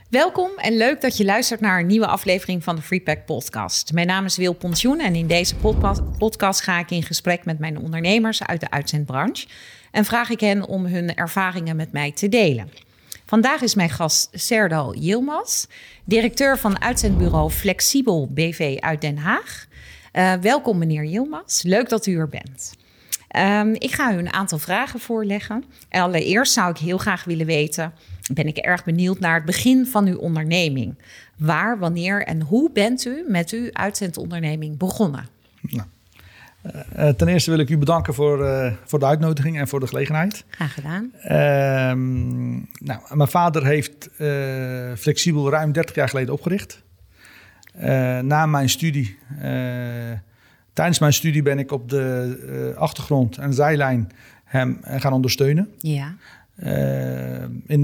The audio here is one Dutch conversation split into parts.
Welkom en leuk dat je luistert naar een nieuwe aflevering van de Freepack podcast. Mijn naam is Wil Pontjoen en in deze podcast ga ik in gesprek met mijn ondernemers uit de uitzendbranche en vraag ik hen om hun ervaringen met mij te delen. Vandaag is mijn gast Serdal Yilmaz, directeur van uitzendbureau Flexibel BV uit Den Haag. Welkom meneer Yilmaz, leuk dat u er bent. Ik ga u een aantal vragen voorleggen. Allereerst zou ik heel graag willen weten, ben ik erg benieuwd naar het begin van uw onderneming. Waar, wanneer en hoe bent u met uw uitzendonderneming begonnen? Ten eerste wil ik u bedanken voor de uitnodiging en voor de gelegenheid. Graag gedaan. Mijn vader heeft Flexibel ruim 30 jaar geleden opgericht. Na mijn studie, tijdens mijn studie ben ik op de achtergrond en zijlijn hem gaan ondersteunen. Ja. In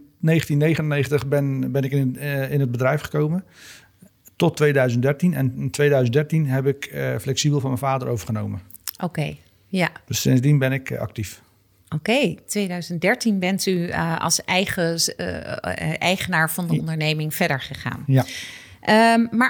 1999 ben ik in het bedrijf gekomen. Tot 2013. En in 2013 heb ik Flexibel van mijn vader overgenomen. Oké, ja. Dus sindsdien ben ik actief. Oké, 2013 bent u als eigenaar van de onderneming verder gegaan. Ja. Maar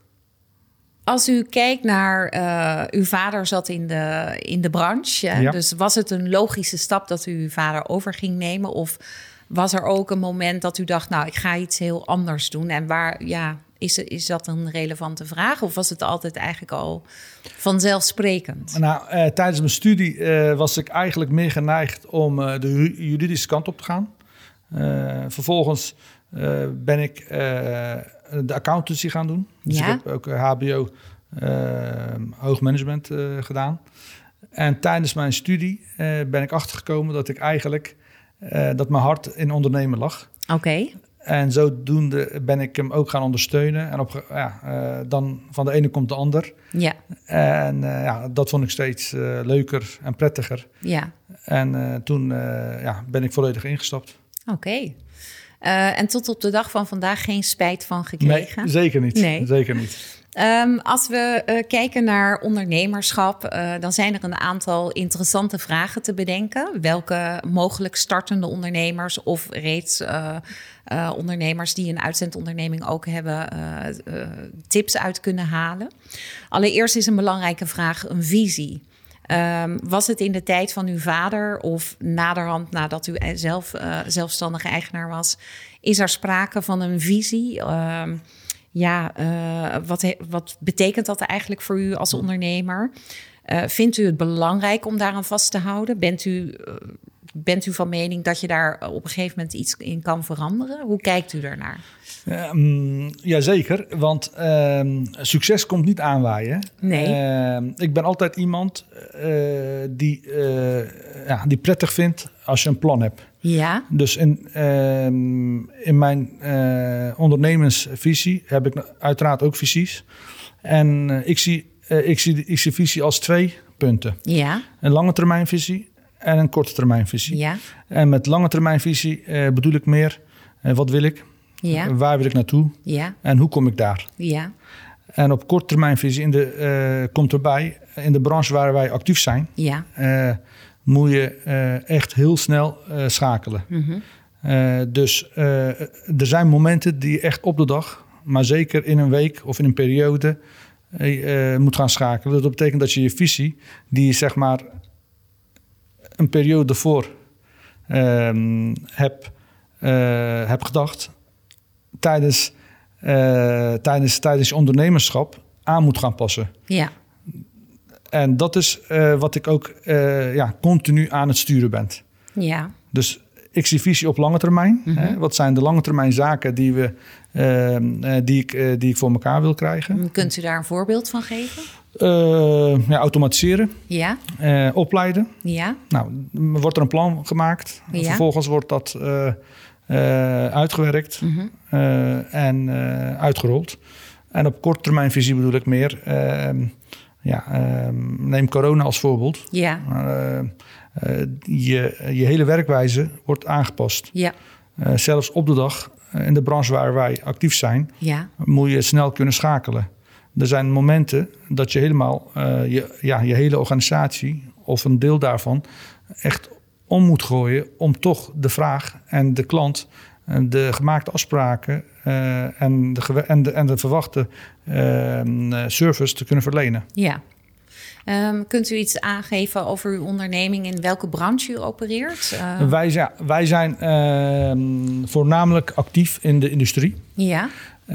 als u kijkt naar uw vader zat in de branche. Ja. Dus was het een logische stap dat u uw vader over ging nemen? Of was er ook een moment dat u dacht, nou, ik ga iets heel anders doen? En waar, ja, is dat een relevante vraag? Of was het altijd eigenlijk al vanzelfsprekend? Nou, tijdens mijn studie was ik eigenlijk meer geneigd om de juridische kant op te gaan. Vervolgens ben ik de accountancy gaan doen. Dus ja? ik heb ook HBO hoog management gedaan. En tijdens mijn studie ben ik achtergekomen dat ik eigenlijk dat mijn hart in ondernemen lag. Oké. En zodoende ben ik hem ook gaan ondersteunen. En dan van de ene komt de ander. Ja. En dat vond ik steeds leuker en prettiger. Ja. En toen ben ik volledig ingestapt. Oké. En tot op de dag van vandaag geen spijt van gekregen? Nee, zeker niet. Nee. Zeker niet. Als we kijken naar ondernemerschap, dan zijn er een aantal interessante vragen te bedenken. Welke mogelijk startende ondernemers of reeds ondernemers die een uitzendonderneming ook hebben, tips uit kunnen halen. Allereerst is een belangrijke vraag een visie. Was het in de tijd van uw vader of naderhand nadat u zelf zelfstandige eigenaar was, is er sprake van een visie? Wat betekent dat eigenlijk voor u als ondernemer? Vindt u het belangrijk om daaraan vast te houden? Bent u van mening dat je daar op een gegeven moment iets in kan veranderen? Hoe kijkt u daarnaar? Jazeker, want succes komt niet aanwaaien. Nee. Ik ben altijd iemand die prettig vindt als je een plan hebt. Ja. Dus in mijn ondernemersvisie heb ik uiteraard ook visies. En ik zie visie als 2 punten. Ja. Een lange termijnvisie en een korte termijnvisie. Ja. En met lange termijnvisie bedoel ik meer, wat wil ik? Ja. Waar wil ik naartoe? Ja. En hoe kom ik daar? Ja. En op korte termijnvisie komt erbij, in de branche waar wij actief zijn, Ja. moet je echt heel snel schakelen. Mm-hmm. Dus er zijn momenten die je echt op de dag, maar zeker in een week of in een periode, moet gaan schakelen. Dat betekent dat je je visie, die je zeg maar een periode ervoor heb gedacht, tijdens je ondernemerschap aan moet gaan passen. Ja. En dat is wat ik ook continu aan het sturen ben. Ja. Dus ik zie visie op lange termijn. Mm-hmm. Hè? Wat zijn de lange termijn zaken die ik voor elkaar wil krijgen? Kunt u daar een voorbeeld van geven? Automatiseren. Ja. Opleiden. Ja. Nou, wordt er een plan gemaakt. Ja. Vervolgens wordt dat uitgewerkt en uitgerold. En op korte termijn visie bedoel ik meer. Neem corona als voorbeeld. Ja. Je hele werkwijze wordt aangepast. Ja. Zelfs op de dag in de branche waar wij actief zijn, moet je snel kunnen schakelen. Er zijn momenten dat je helemaal je hele organisatie of een deel daarvan echt om moet gooien om toch de vraag en de klant de gemaakte afspraken en de verwachte service te kunnen verlenen. Ja. Kunt u iets aangeven over uw onderneming, in welke branche u opereert? Wij zijn voornamelijk actief in de industrie. Ja.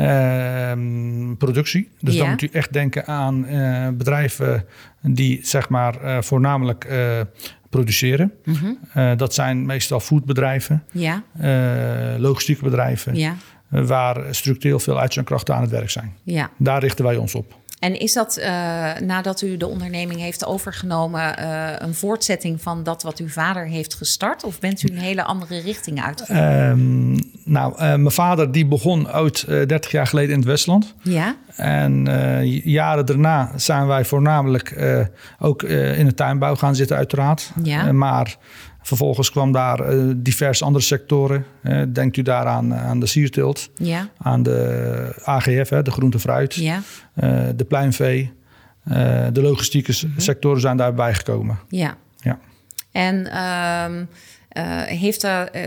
Productie. Dus dan moet u echt denken aan bedrijven die zeg maar voornamelijk produceren. Dat zijn meestal foodbedrijven, logistieke bedrijven, waar structureel veel uitzendkrachten aan het werk zijn. Ja. Daar richten wij ons op. En is dat nadat u de onderneming heeft overgenomen een voortzetting van dat wat uw vader heeft gestart? Of bent u een hele andere richting uitgegaan? Mijn vader die begon oud 30 jaar geleden in het Westland. Ja. En jaren daarna zijn wij voornamelijk ook in de tuinbouw gaan zitten uiteraard. Ja. Maar vervolgens kwam daar diverse andere sectoren. Denkt u daar aan de sierteelt, aan de AGF, de groente fruit, de pluimvee. De logistieke sectoren zijn daarbij gekomen. Ja. En heeft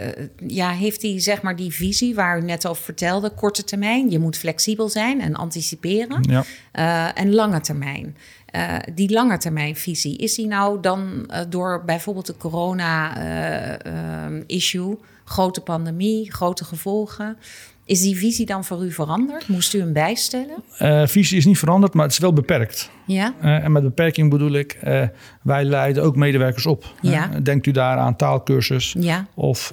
hij zeg maar die visie waar u net over vertelde, korte termijn, je moet flexibel zijn en anticiperen, en lange termijn. Die lange termijn visie, is die nou dan door bijvoorbeeld de corona-issue, grote pandemie, grote gevolgen, is die visie dan voor u veranderd? Moest u hem bijstellen? Visie is niet veranderd, maar het is wel beperkt. Ja. En met beperking bedoel ik, wij leiden ook medewerkers op. Ja. Denkt u daar aan taalkursus of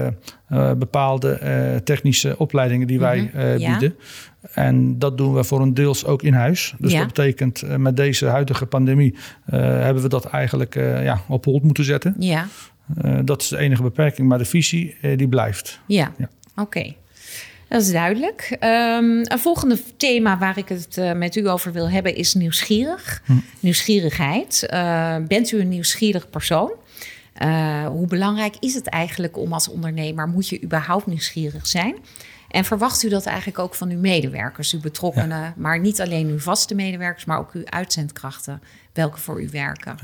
bepaalde technische opleidingen die wij bieden. En dat doen we voor een deels ook in huis. Dus dat betekent met deze huidige pandemie hebben we dat eigenlijk op hold moeten zetten. Ja. Dat is de enige beperking, maar de visie die blijft. Ja. Oké. Dat is duidelijk. Een volgende thema waar ik het met u over wil hebben is nieuwsgierig. Nieuwsgierigheid. Bent u een nieuwsgierig persoon? Hoe belangrijk is het eigenlijk om als ondernemer, moet je überhaupt nieuwsgierig zijn? En verwacht u dat eigenlijk ook van uw medewerkers, uw betrokkenen, maar niet alleen uw vaste medewerkers, maar ook uw uitzendkrachten, welke voor u werken?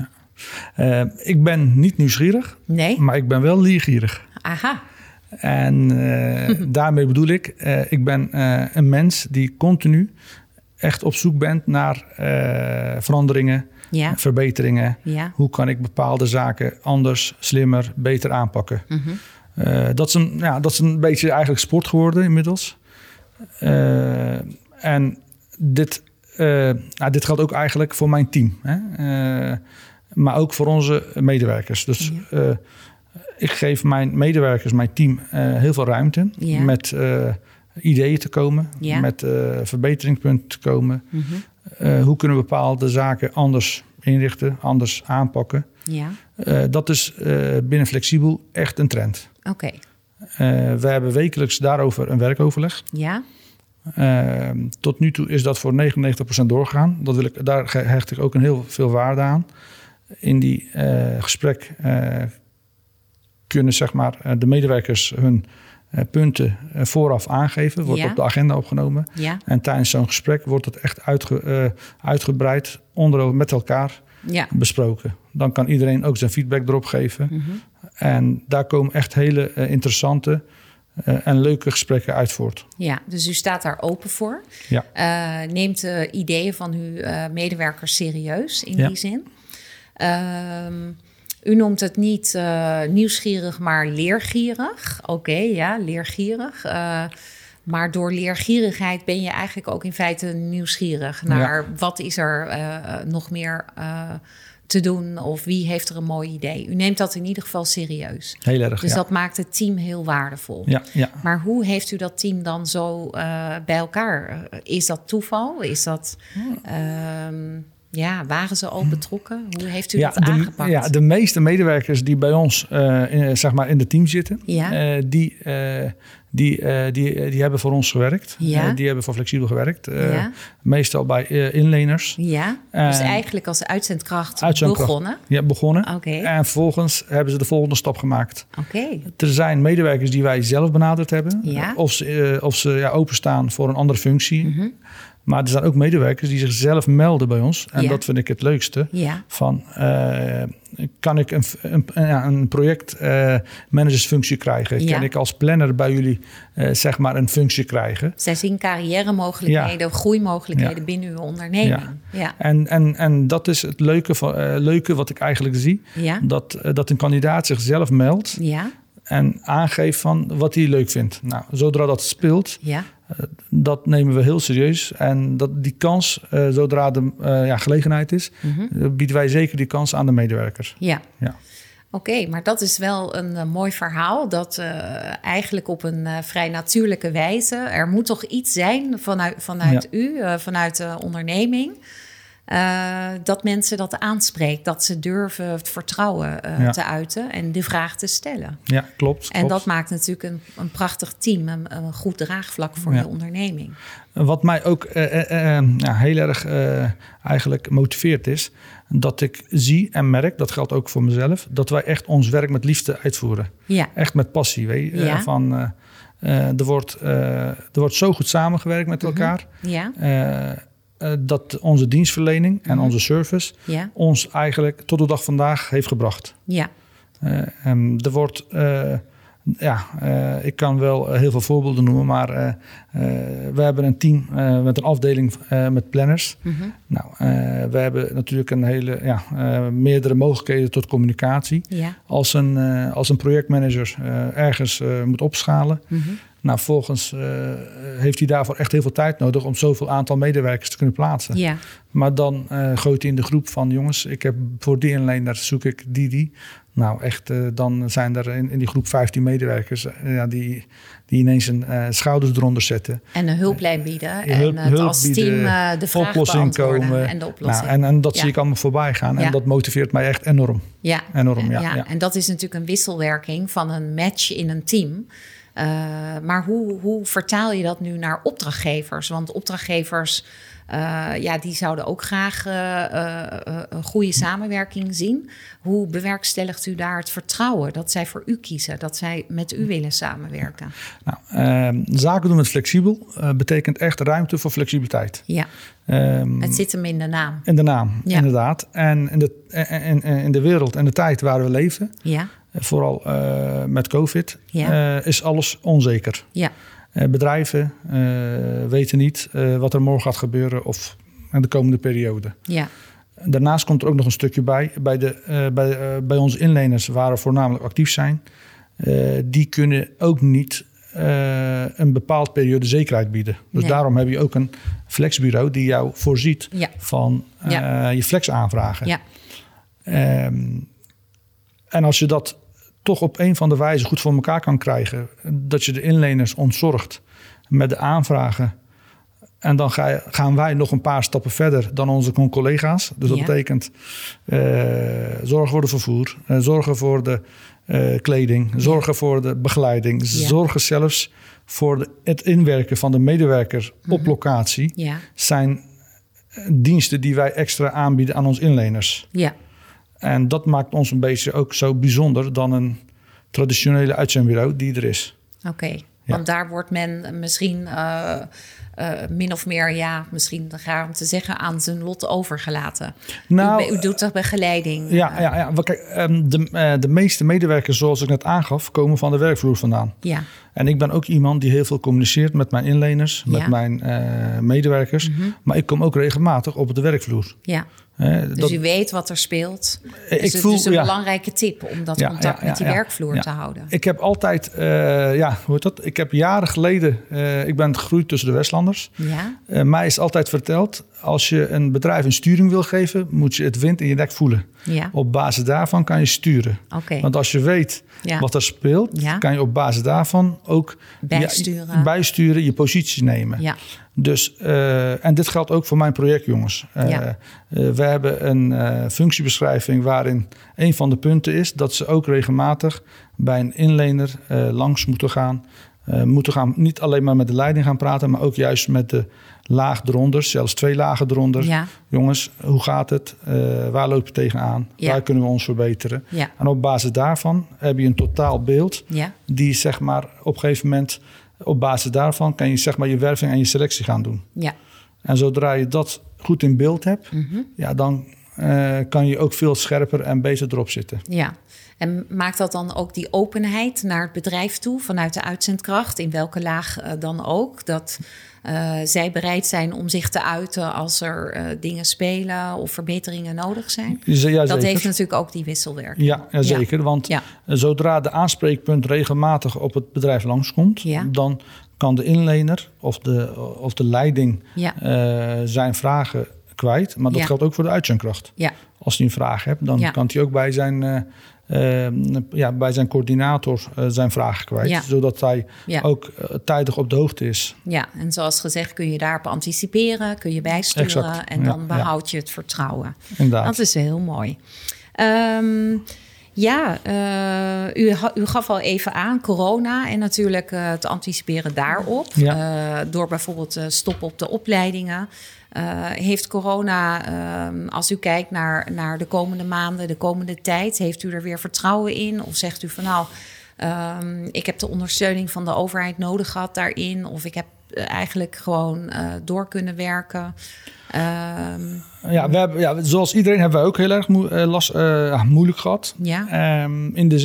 Ik ben niet nieuwsgierig, maar ik ben wel leergierig. Aha. En daarmee bedoel ik, ik ben een mens die continu echt op zoek bent naar veranderingen, verbeteringen. Ja. Hoe kan ik bepaalde zaken anders, slimmer, beter aanpakken? Dat is een beetje eigenlijk sport geworden inmiddels. En dit geldt ook eigenlijk voor mijn team. Hè? Maar ook voor onze medewerkers. Dus ik geef mijn medewerkers, mijn team, heel veel ruimte met ideeën te komen, met verbeteringspunten te komen. Hoe kunnen we bepaalde zaken anders inrichten, anders aanpakken? Ja. Dat is binnen Flexibel echt een trend. Oké. We hebben wekelijks daarover een werkoverleg. Ja. Tot nu toe is dat voor 99% doorgegaan. Daar hecht ik ook een heel veel waarde aan. In die gesprek kunnen zeg maar de medewerkers hun punten vooraf aangeven. Wordt op de agenda opgenomen. Ja. En tijdens zo'n gesprek wordt het echt uitgebreid met elkaar besproken. Dan kan iedereen ook zijn feedback erop geven. En daar komen echt hele interessante en leuke gesprekken uit voort. Ja, dus u staat daar open voor. Ja. Neemt de ideeën van uw medewerkers serieus in die zin. U noemt het niet nieuwsgierig, maar leergierig. Oké, leergierig. Maar door leergierigheid ben je eigenlijk ook in feite nieuwsgierig naar wat is er nog meer te doen of wie heeft er een mooi idee. U neemt dat in ieder geval serieus. Heel erg, Dus dat maakt het team heel waardevol. Ja. Maar hoe heeft u dat team dan zo bij elkaar? Is dat toeval? Is dat... waren ze al betrokken? Hoe heeft u dat aangepakt? Ja, de meeste medewerkers die bij ons in de team zitten, die hebben voor ons gewerkt. Die hebben voor Flexibel gewerkt. Meestal bij inleners. Ja, dus eigenlijk als uitzendkracht begonnen? Ja, begonnen. Okay. En vervolgens hebben ze de volgende stap gemaakt. Okay. Er zijn medewerkers die wij zelf benaderd hebben. Ja. Of ze openstaan voor een andere functie. Maar er zijn ook medewerkers die zichzelf melden bij ons. En dat vind ik het leukste. Ja. Van, kan ik een projectmanagersfunctie krijgen? Ja. Kan ik als planner bij jullie zeg maar een functie krijgen? Zij zien carrière-mogelijkheden, groeimogelijkheden binnen uw onderneming. Ja. En dat is het leuke wat ik eigenlijk zie. Ja. Dat een kandidaat zichzelf meldt en aangeeft van wat hij leuk vindt. Nou, zodra dat speelt, dat nemen we heel serieus. En die kans, zodra de gelegenheid is, bieden wij zeker die kans aan de medewerkers. Ja. Oké, maar dat is wel een mooi verhaal. Dat eigenlijk op een vrij natuurlijke wijze... er moet toch iets zijn vanuit u, vanuit de onderneming... dat mensen dat aanspreekt. Dat ze durven het vertrouwen te uiten en de vraag te stellen. Ja, klopt. En dat maakt natuurlijk een prachtig team. Een goed draagvlak voor je onderneming. Wat mij ook heel erg eigenlijk motiveert is... dat ik zie en merk, dat geldt ook voor mezelf... dat wij echt ons werk met liefde uitvoeren. Ja. Echt met passie. Er wordt zo goed samengewerkt met elkaar... dat onze dienstverlening en onze service... ons eigenlijk tot de dag vandaag heeft gebracht. Ja. Er wordt... ik kan wel heel veel voorbeelden noemen, maar we hebben een team met een afdeling met planners. Nou, we hebben natuurlijk meerdere mogelijkheden tot communicatie. Ja. Als een projectmanager ergens moet opschalen, nou, volgens heeft hij daarvoor echt heel veel tijd nodig om zoveel aantal medewerkers te kunnen plaatsen. Ja. Maar dan gooit hij in de groep van jongens, ik heb voor die inlener zoek ik die. Nou, echt, dan zijn er in die groep 15 medewerkers die ineens een schouders eronder zetten. En een hulplijn bieden. En het als team de vraag beantwoorden en de oplossing. Nou, en dat zie ik allemaal voorbij gaan. En dat motiveert mij echt enorm. Ja. Enorm, ja. En dat is natuurlijk een wisselwerking van een match in een team. Maar hoe vertaal je dat nu naar opdrachtgevers? Want opdrachtgevers... die zouden ook graag een goede samenwerking zien. Hoe bewerkstelligt u daar het vertrouwen dat zij voor u kiezen? Dat zij met u willen samenwerken? Nou, zaken doen met flexibel betekent echt ruimte voor flexibiliteit. Ja, het zit hem in de naam. In de naam, inderdaad. En in de wereld en de tijd waar we leven... vooral met COVID, is alles onzeker. Ja. Bedrijven weten niet wat er morgen gaat gebeuren of in de komende periode. Ja. Daarnaast komt er ook nog een stukje bij. Bij onze inleners waar we voornamelijk actief zijn. Die kunnen ook niet een bepaald periode zekerheid bieden. Dus daarom heb je ook een flexbureau die jou voorziet van je flex aanvragen. Ja. En als je dat toch op een van de wijzen goed voor elkaar kan krijgen... dat je de inleners ontzorgt met de aanvragen... en dan gaan wij nog een paar stappen verder dan onze collega's. Dus dat betekent zorgen voor de vervoer... zorgen voor de kleding, zorgen voor de begeleiding... zorgen zelfs voor het inwerken van de medewerker op locatie... Ja. Zijn diensten die wij extra aanbieden aan onze inleners. Ja. En dat maakt ons een beetje ook zo bijzonder dan een traditionele uitzendbureau die er is. Oké, want daar wordt men misschien min of meer, misschien raar om te zeggen, aan zijn lot overgelaten. Nou, u doet toch begeleiding? Ja. Kijk, de meeste medewerkers, zoals ik net aangaf, komen van de werkvloer vandaan. Ja. En ik ben ook iemand die heel veel communiceert met mijn inleners, met mijn medewerkers. Maar ik kom ook regelmatig op de werkvloer. Ja. Dus u weet wat er speelt. Dus het is een belangrijke tip om dat contact met die werkvloer te houden. Ik heb altijd, ik heb jaren geleden, ik ben gegroeid tussen de Westlanders. Ja. Mij is altijd verteld, als je een bedrijf een sturing wil geven, moet je het wind in je nek voelen. Ja. Op basis daarvan kan je sturen. Okay. Want als je weet wat er speelt, kan je op basis daarvan ook bijsturen, je positie nemen. Ja. Dus, en dit geldt ook voor mijn project, jongens. We hebben een functiebeschrijving waarin een van de punten is dat ze ook regelmatig bij een inlener langs moeten gaan. Niet alleen maar met de leiding gaan praten, maar ook juist met de laag eronder, zelfs 2 lagen eronder. Ja. Jongens, hoe gaat het? Waar loop je tegenaan? Ja. Waar kunnen we ons verbeteren? Ja. En op basis daarvan heb je een totaal beeld die zeg maar op een gegeven moment... Op basis daarvan kan je zeg maar je werving en je selectie gaan doen. Ja. En zodra je dat goed in beeld hebt, dan kan je ook veel scherper en beter erop zitten. Ja, en maakt dat dan ook die openheid naar het bedrijf toe vanuit de uitzendkracht, in welke laag dan ook, dat zij bereid zijn om zich te uiten als er dingen spelen of verbeteringen nodig zijn? Ja, dat heeft natuurlijk ook die wisselwerking. Ja, zeker. Want zodra de aanspreekpunt regelmatig op het bedrijf langskomt, dan kan de inlener of de leiding zijn vragen kwijt. Maar dat geldt ook voor de uitzendkracht. Ja. Als hij een vraag hebt, dan kan hij ook bij zijn coördinator zijn vragen kwijt. Ja. Zodat hij ook tijdig op de hoogte is. Ja, en zoals gezegd kun je daarop anticiperen, kun je bijsturen. Exact. En dan behoud je het vertrouwen. Inderdaad. Dat is heel mooi. U gaf al even aan corona en natuurlijk te anticiperen daarop. Ja. Door bijvoorbeeld stoppen op de opleidingen. Heeft corona, als u kijkt naar de komende maanden, de komende tijd, heeft u er weer vertrouwen in? Of zegt u van ik heb de ondersteuning van de overheid nodig gehad daarin, of ik heb eigenlijk gewoon door kunnen werken? Zoals iedereen hebben wij ook heel erg moeilijk gehad. Ja. In de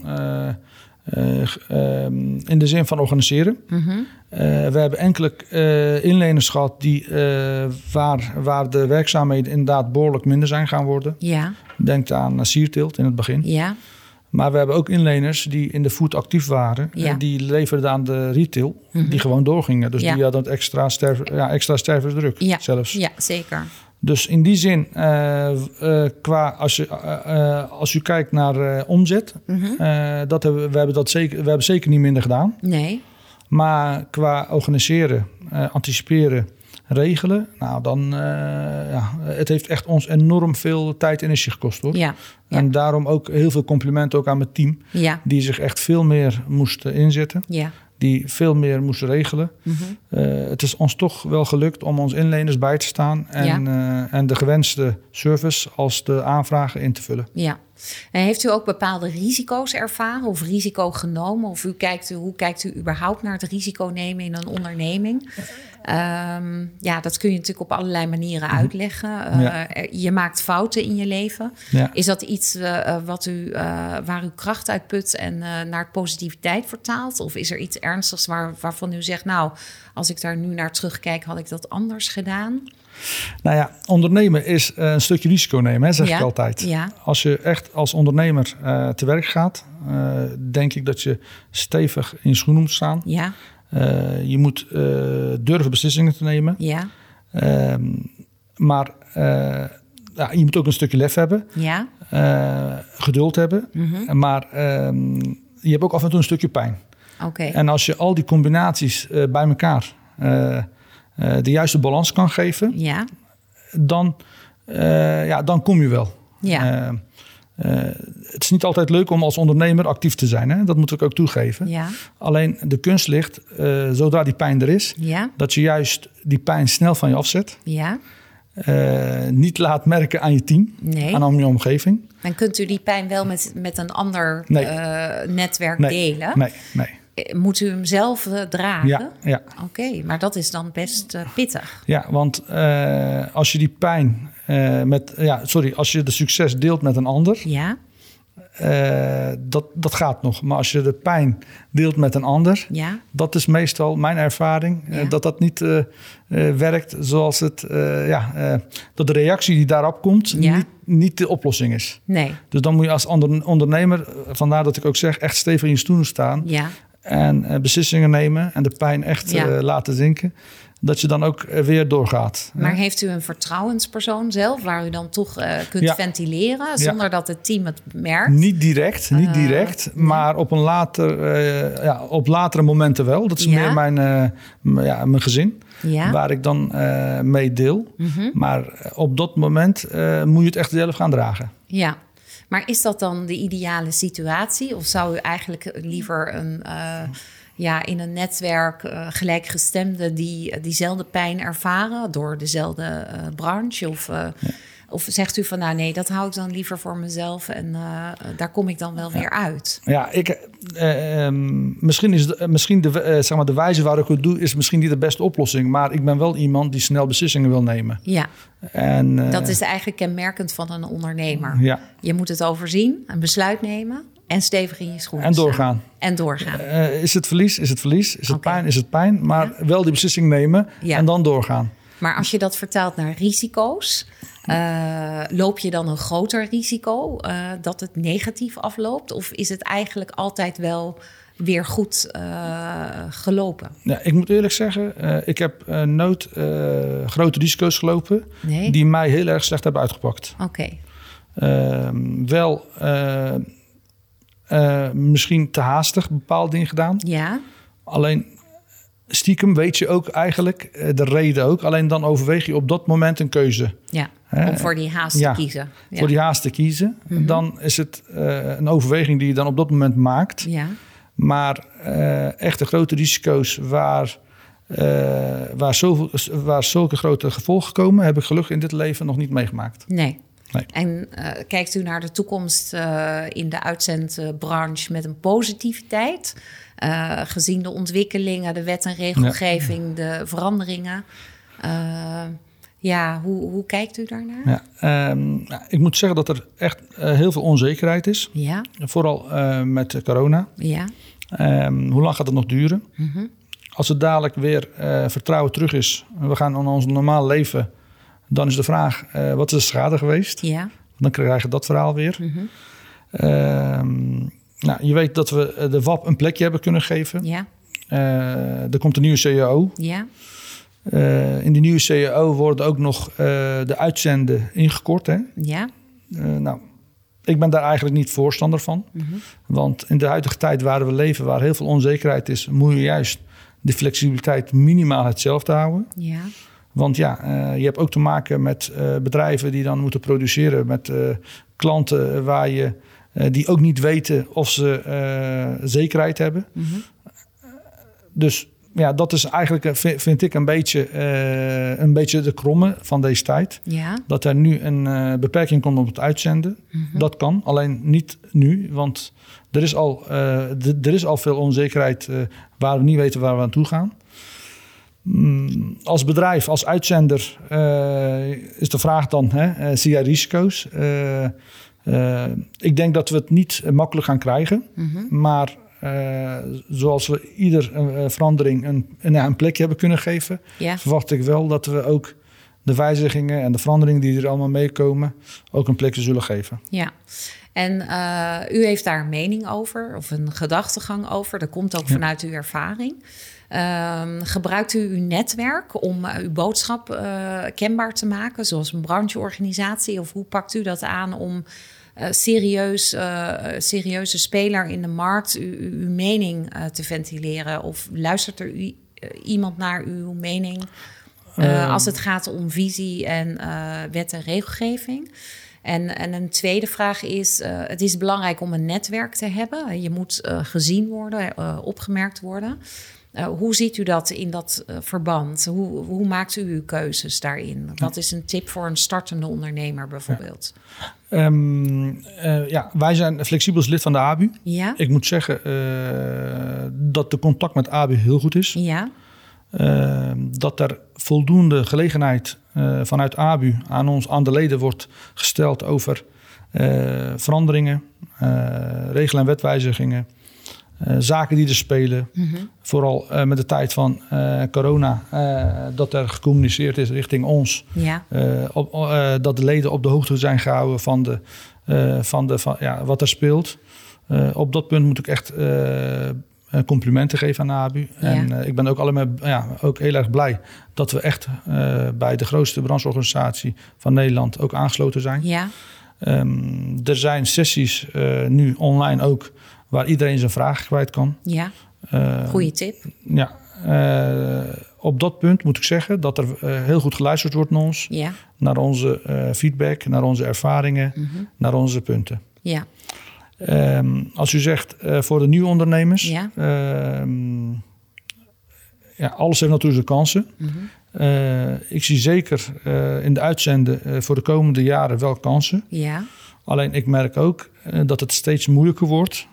zin van organiseren. Mm-hmm. We hebben enkele inleners gehad waar de werkzaamheden inderdaad behoorlijk minder zijn gaan worden. Ja. Denk aan sierteelt in het begin. Ja. Maar we hebben ook inleners die in de food actief waren. Ja. Die leverden aan de retail, die gewoon doorgingen. Dus die hadden extra stervensdruk zelfs. Ja, zeker. Dus in die zin, als u kijkt naar omzet, we hebben zeker niet minder gedaan. Nee. Maar qua organiseren, anticiperen, regelen, het heeft echt ons enorm veel tijd en energie gekost, hoor. Ja. Ja. En daarom ook heel veel complimenten ook aan mijn team, die zich echt veel meer moesten inzetten. Ja. Die veel meer moesten regelen. Mm-hmm. Het is ons toch wel gelukt om ons inleners bij te staan en de gewenste service als de aanvragen in te vullen. Ja. En heeft u ook bepaalde risico's ervaren of risico genomen? Of hoe kijkt u überhaupt naar het risico nemen in een onderneming? Dat kun je natuurlijk op allerlei manieren uitleggen. Je maakt fouten in je leven. Ja. Is dat iets waar u kracht uit put en naar positiviteit vertaalt? Of is er iets ernstigs waarvan u zegt, als ik daar nu naar terugkijk, had ik dat anders gedaan? Ondernemen is een stukje risico nemen, zeg ik altijd. Ja. Als je echt als ondernemer te werk gaat, denk ik dat je stevig in je schoenen moet staan. Ja. Je moet durven beslissingen te nemen. Ja. Maar je moet ook een stukje lef hebben. Ja. Geduld hebben. Mm-hmm. Maar je hebt ook af en toe een stukje pijn. Okay. En als je al die combinaties bij elkaar de juiste balans kan geven, dan kom je wel. Ja. Het is niet altijd leuk om als ondernemer actief te zijn. Hè? Dat moet ik ook toegeven. Ja. Alleen de kunst ligt, zodra die pijn er is, dat je juist die pijn snel van je afzet. Ja. Niet laat merken aan je team, aan je omgeving. En kunt u die pijn wel met een ander netwerk delen? Nee. Moet u hem zelf dragen? Ja. Oké, maar dat is dan best pittig. Ja, want als je die pijn als je de succes deelt met een ander, dat gaat nog. Maar als je de pijn deelt met een ander, dat is meestal mijn ervaring, dat niet werkt zoals het, dat de reactie die daarop komt niet de oplossing is. Nee. Dus dan moet je als ondernemer, vandaar dat ik ook zeg, echt stevig in je stoelen staan. Ja. En beslissingen nemen en de pijn echt laten zinken. Dat je dan ook weer doorgaat. Maar heeft u een vertrouwenspersoon zelf waar u dan toch kunt ventileren zonder dat het team het merkt? Niet direct, maar op op latere momenten wel. Dat is meer mijn gezin, waar ik dan mee deel. Mm-hmm. Maar op dat moment moet je het echt zelf gaan dragen. Ja. Maar is dat dan de ideale situatie? Of zou u eigenlijk liever in een netwerk gelijkgestemden die diezelfde pijn ervaren door dezelfde branche? Of Of zegt u van, nou nee, dat hou ik dan liever voor mezelf en daar kom ik dan wel weer uit? Ja, misschien de wijze waarop ik het doe is misschien niet de beste oplossing. Maar ik ben wel iemand die snel beslissingen wil nemen. Ja, en, dat is eigenlijk kenmerkend van een ondernemer. Ja. Je moet het overzien, een besluit nemen en stevig in je schoenen en doorgaan. staan. En doorgaan. Is het verlies, is het verlies. Is het pijn, is het pijn. Maar wel die beslissing nemen en dan doorgaan. Maar als je dat vertaalt naar risico's, loop je dan een groter risico dat het negatief afloopt? Of is het eigenlijk altijd wel weer goed gelopen? Ja, ik moet eerlijk zeggen, ik heb nooit grote risico's gelopen die mij heel erg slecht hebben uitgepakt. Oké. Wel misschien te haastig bepaalde dingen gedaan. Ja. Alleen stiekem weet je ook eigenlijk de reden ook. Alleen dan overweeg je op dat moment een keuze. Ja, om voor die haast te kiezen. Ja. Voor die haast te kiezen. Mm-hmm. Dan is het een overweging die je dan op dat moment maakt. Ja. Maar echte grote risico's waar zulke grote gevolgen komen, heb ik gelukkig in dit leven nog niet meegemaakt. Nee. En kijkt u naar de toekomst in de uitzendbranche met een positiviteit? Gezien de ontwikkelingen, de wet en regelgeving, de veranderingen. Hoe kijkt u daarnaar? Ja, ik moet zeggen dat er echt heel veel onzekerheid is. Ja. Vooral met corona. Ja. Hoe lang gaat het nog duren? Mm-hmm. Als het dadelijk weer vertrouwen terug is, we gaan aan ons normaal leven, dan is de vraag, wat is de schade geweest? Ja. Dan krijg je dat verhaal weer. Mm-hmm. Je weet dat we de WAP een plekje hebben kunnen geven. Ja. Er komt een nieuwe CAO. Ja. In die nieuwe CAO worden ook nog de uitzenden ingekort. Hè? Ja. Ik ben daar eigenlijk niet voorstander van. Mm-hmm. Want in de huidige tijd waar we leven, waar heel veel onzekerheid is, moet je juist de flexibiliteit minimaal hetzelfde houden. Ja. Want je hebt ook te maken met bedrijven die dan moeten produceren, met klanten waar je die ook niet weten of ze zekerheid hebben. Mm-hmm. Dus ja, dat is eigenlijk, vind ik, een beetje de kromme van deze tijd. Ja. Dat er nu een beperking komt op het uitzenden. Mm-hmm. Dat kan, alleen niet nu. Want er is al veel onzekerheid waar we niet weten waar we aan toe gaan. Als bedrijf, als uitzender, is de vraag dan, zie jij risico's? Ik denk dat we het niet makkelijk gaan krijgen. Mm-hmm. Maar zoals we ieder verandering een plekje hebben kunnen geven, verwacht ik wel dat we ook de wijzigingen en de veranderingen die er allemaal meekomen ook een plekje zullen geven. Ja. En u heeft daar een mening over of een gedachtegang over. Dat komt ook vanuit uw ervaring. Gebruikt u uw netwerk om uw boodschap kenbaar te maken, zoals een brancheorganisatie? Of hoe pakt u dat aan om serieuze speler in de markt uw mening te ventileren? Of luistert er iemand naar uw mening als het gaat om visie en wet en regelgeving? En een tweede vraag is, het is belangrijk om een netwerk te hebben. Je moet gezien worden, opgemerkt worden. Hoe ziet u dat in dat verband? Hoe maakt u uw keuzes daarin? Wat is een tip voor een startende ondernemer bijvoorbeeld? Wij zijn flexibel als lid van de ABU. Ja. Ik moet zeggen dat de contact met ABU heel goed is. Ja. Dat er voldoende gelegenheid vanuit ABU aan de leden wordt gesteld over veranderingen, regel- en wetwijzigingen. Zaken die er spelen, mm-hmm. Vooral met de tijd van corona, dat er gecommuniceerd is richting ons. Ja. Dat de leden op de hoogte zijn gehouden van wat er speelt. Op dat punt moet ik echt complimenten geven aan de ABU. Ja. En ik ben ook ook heel erg blij dat we echt bij de grootste brancheorganisatie van Nederland ook aangesloten zijn. Ja. Er zijn sessies nu online ook waar iedereen zijn vragen kwijt kan. Ja, goeie tip. Ja, op dat punt moet ik zeggen dat er heel goed geluisterd wordt naar ons. Ja. Naar onze feedback, naar onze ervaringen, mm-hmm. naar onze punten. Ja. Als u zegt voor de nieuwe ondernemers, alles heeft natuurlijk zijn kansen. Mm-hmm. Ik zie zeker in de uitzenden voor de komende jaren wel kansen. Ja. Alleen ik merk ook dat het steeds moeilijker wordt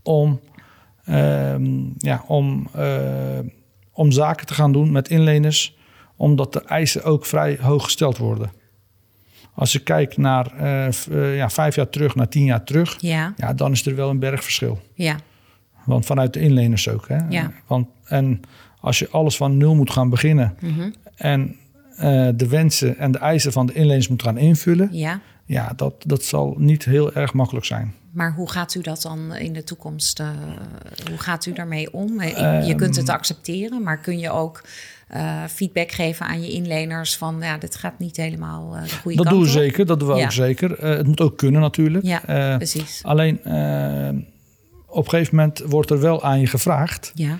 om zaken te gaan doen met inleners, omdat de eisen ook vrij hoog gesteld worden. Als je kijkt naar 5 jaar terug, naar 10 jaar terug, dan is er wel een bergverschil. Ja. Want vanuit de inleners ook. Hè? Ja. En als je alles van nul moet gaan beginnen en de wensen en de eisen van de inleners moet gaan invullen, dat zal niet heel erg makkelijk zijn. Maar hoe gaat u dat dan in de toekomst? Hoe gaat u daarmee om? Je kunt het accepteren, maar kun je ook feedback geven aan je inleners van dit gaat niet helemaal de goede kant op? Dat doen we zeker, dat doen we ook zeker. Het moet ook kunnen natuurlijk. Ja, precies. Alleen op een gegeven moment wordt er wel aan je gevraagd. Ja.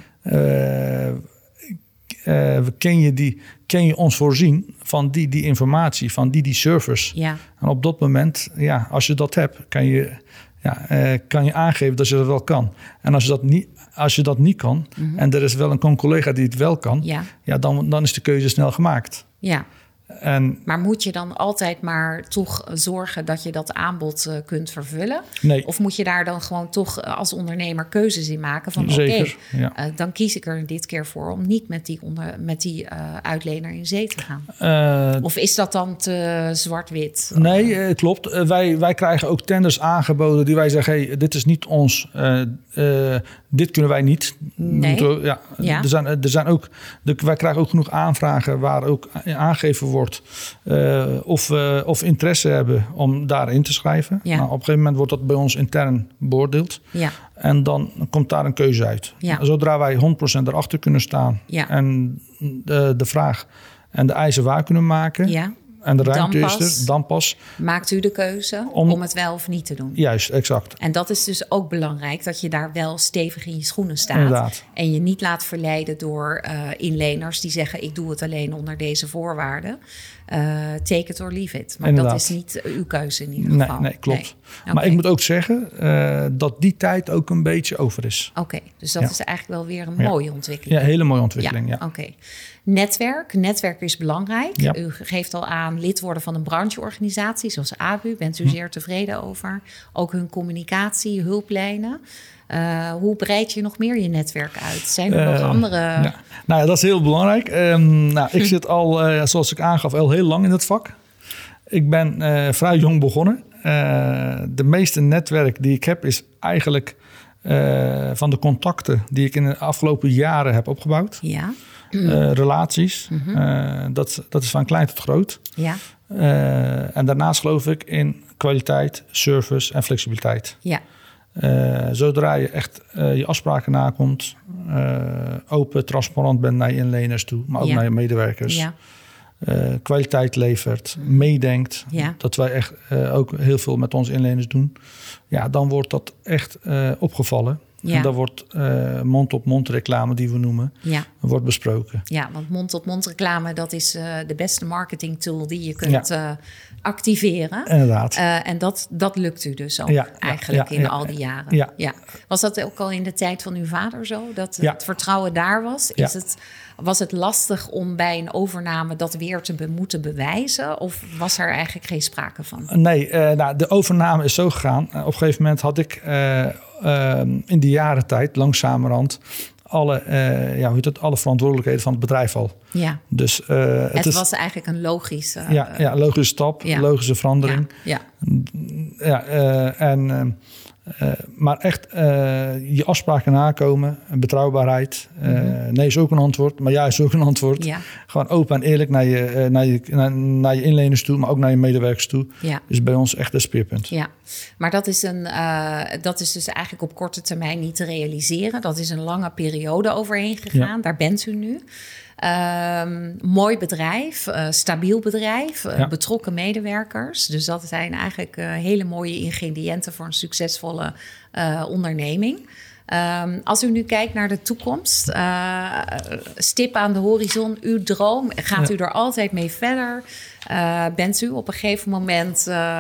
Ken je ons voorzien van die informatie, van die service? Ja. En op dat moment, als je dat hebt, kan je aangeven dat je dat wel kan. En als je dat niet kan, en er is wel een collega die het wel kan, dan is de keuze snel gemaakt. Ja. Maar moet je dan altijd maar toch zorgen dat je dat aanbod kunt vervullen? Nee. Of moet je daar dan gewoon toch als ondernemer keuzes in maken van dan kies ik er dit keer voor om niet met die uitlener in zee te gaan? Of is dat dan te zwart-wit? Nee, klopt. Wij krijgen ook tenders aangeboden die wij zeggen, dit is niet ons, dit kunnen wij niet. Nee. Wij krijgen ook genoeg aanvragen waar ook aangegeven wordt of interesse hebben om daarin te schrijven. Ja. Nou, op een gegeven moment wordt dat bij ons intern beoordeeld. Ja. En dan komt daar een keuze uit. Ja. Zodra wij 100% erachter kunnen staan en de vraag en de eisen waar kunnen maken... Ja. En de ruimte is er, dan pas. Maakt u de keuze om het wel of niet te doen? Juist, exact. En dat is dus ook belangrijk, dat je daar wel stevig in je schoenen staat. Inderdaad. En je niet laat verleiden door inleners die zeggen, ik doe het alleen onder deze voorwaarden. Take it or leave it. Maar Inderdaad. Dat is niet uw keuze in ieder geval. Nee, klopt. Nee. Okay. Maar ik moet ook zeggen dat die tijd ook een beetje over is. Oké, dus dat is eigenlijk wel weer een mooie ontwikkeling. Ja, hele mooie ontwikkeling, ja. Oké. Netwerk is belangrijk. Ja. U geeft al aan lid worden van een brancheorganisatie zoals ABU. Bent u zeer tevreden over. Ook hun communicatie, hulplijnen. Hoe breid je nog meer je netwerk uit? Zijn er nog andere... Ja. Nou ja, dat is heel belangrijk. Ik zit al, zoals ik aangaf, al heel lang in het vak. Ik ben vrij jong begonnen. De meeste netwerk die ik heb is eigenlijk van de contacten die ik in de afgelopen jaren heb opgebouwd. Ja. Relaties. Dat is van klein tot groot. Ja. En daarnaast geloof ik in kwaliteit, service en flexibiliteit. Ja. Zodra je echt je afspraken nakomt, open, transparant bent naar je inleners toe, maar ook naar je medewerkers. Ja. Kwaliteit levert, meedenkt. Ja. Dat wij echt ook heel veel met onze inleners doen. Ja, dan wordt dat echt opgevallen. Ja. En dan wordt mond-op-mond reclame, die we noemen, wordt besproken. Ja, want mond-op-mond reclame, dat is de beste marketing tool die je kunt activeren. Inderdaad. En dat lukt u dus ook eigenlijk in al die jaren. Ja. Was dat ook al in de tijd van uw vader zo? Dat het vertrouwen daar was? Was het lastig om bij een overname dat weer te moeten bewijzen? Of was er eigenlijk geen sprake van? Nee, de overname is zo gegaan. Op een gegeven moment had ik in de jarentijd langzamerhand alle verantwoordelijkheden van het bedrijf al. Ja. Dus, het was eigenlijk een logische... logische stap, logische verandering. Maar echt je afspraken nakomen, betrouwbaarheid. Nee is ook een antwoord, maar ja is ook een antwoord. Ja. Gewoon open en eerlijk naar je inleners toe, maar ook naar je medewerkers toe. Ja. Is bij ons echt een speerpunt. Ja, maar dat is dus eigenlijk op korte termijn niet te realiseren. Dat is een lange periode overheen gegaan. Ja. Daar bent u nu. Mooi bedrijf, stabiel bedrijf, betrokken medewerkers. Dus dat zijn eigenlijk hele mooie ingrediënten voor een succesvolle onderneming. Als u nu kijkt naar de toekomst, stip aan de horizon, uw droom, gaat u er altijd mee verder? Bent u op een gegeven moment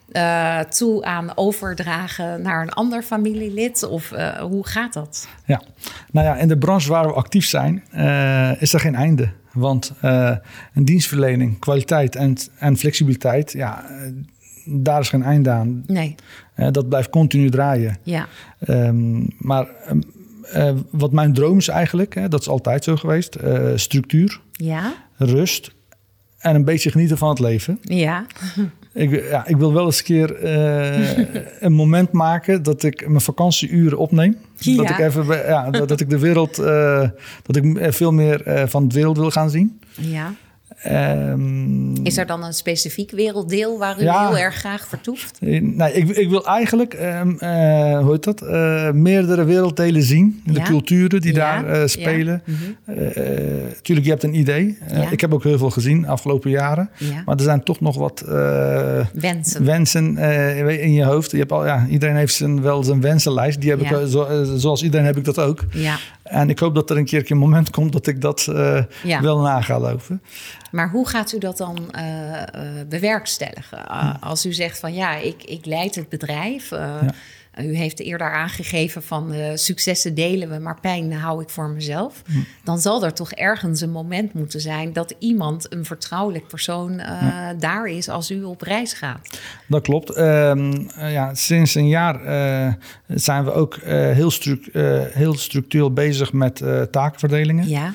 toe aan overdragen naar een ander familielid? Of hoe gaat dat? Ja, nou ja, in de branche waar we actief zijn, is er geen einde. Want een dienstverlening, kwaliteit en flexibiliteit, daar is geen einde aan. Nee. Dat blijft continu draaien. Ja. Maar wat mijn droom is eigenlijk, dat is altijd zo geweest, structuur, rust en een beetje genieten van het leven. Ja. Ik wil wel eens een keer een moment maken dat ik mijn vakantieuren opneem. Ja. Dat ik even, dat ik de wereld, dat ik veel meer van de wereld wil gaan zien. Ja. Is er dan een specifiek werelddeel waar u heel erg graag vertoeft? Nee, ik wil eigenlijk meerdere werelddelen zien. De culturen die daar spelen. Ja. Tuurlijk, je hebt een idee. Ik heb ook heel veel gezien de afgelopen jaren. Ja. Maar er zijn toch nog wat wensen in je hoofd. Je hebt iedereen heeft wel zijn wensenlijst. Die heb ik, zoals iedereen heb ik dat ook. Ja. En ik hoop dat er een keer een moment komt dat ik dat wel na ga lopen. Maar hoe gaat u dat dan bewerkstelligen? Als u zegt van ik leid het bedrijf. U heeft eerder aangegeven van successen delen we, maar pijn hou ik voor mezelf. Dan zal er toch ergens een moment moeten zijn dat iemand, een vertrouwelijk persoon, daar is als u op reis gaat. Dat klopt. Sinds een jaar zijn we ook heel structureel bezig met taakverdelingen. Ja.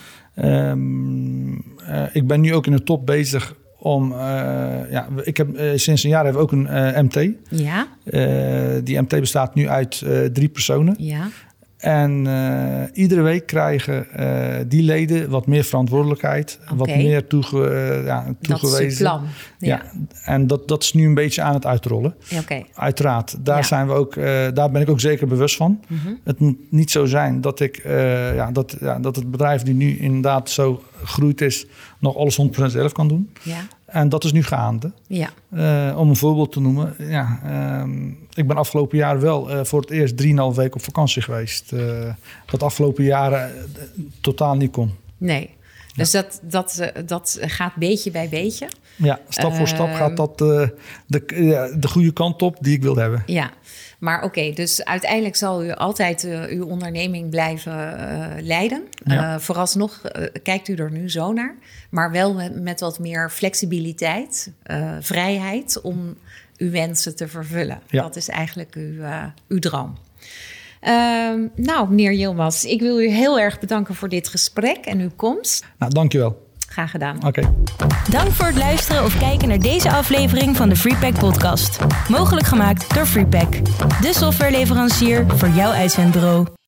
Ik ben nu ook in de top bezig om... ik heb sinds een jaar hebben we ook een MT. Ja. Die MT bestaat nu uit 3 personen. Ja. En iedere week krijgen die leden wat meer verantwoordelijkheid. Okay. Wat meer toegewezen. Dat is het plan. Ja. En dat is nu een beetje aan het uitrollen. Okay. Uiteraard. Daar ben ik ook zeker bewust van. Mm-hmm. Het moet niet zo zijn dat dat het bedrijf die nu inderdaad zo gegroeid is, nog alles 100% zelf kan doen. Ja. En dat is nu gaande. Ja. Om een voorbeeld te noemen. Ik ben afgelopen jaar wel voor het eerst 3,5 weken op vakantie geweest. Dat afgelopen jaren totaal niet kon. Nee. Dus dat gaat beetje bij beetje? Ja, stap voor stap gaat dat de goede kant op die ik wilde hebben. Ja, maar oké, dus uiteindelijk zal u altijd uw onderneming blijven leiden. Ja. Vooralsnog kijkt u er nu zo naar. Maar wel met wat meer flexibiliteit, vrijheid om uw wensen te vervullen. Ja. Dat is eigenlijk uw droom. Meneer Yilmaz, ik wil u heel erg bedanken voor dit gesprek en uw komst. Nou, dankjewel. Graag gedaan. Oké. Dank voor het luisteren of kijken naar deze aflevering van de Freepack podcast. Mogelijk gemaakt door Freepack, de softwareleverancier voor jouw uitzendbureau.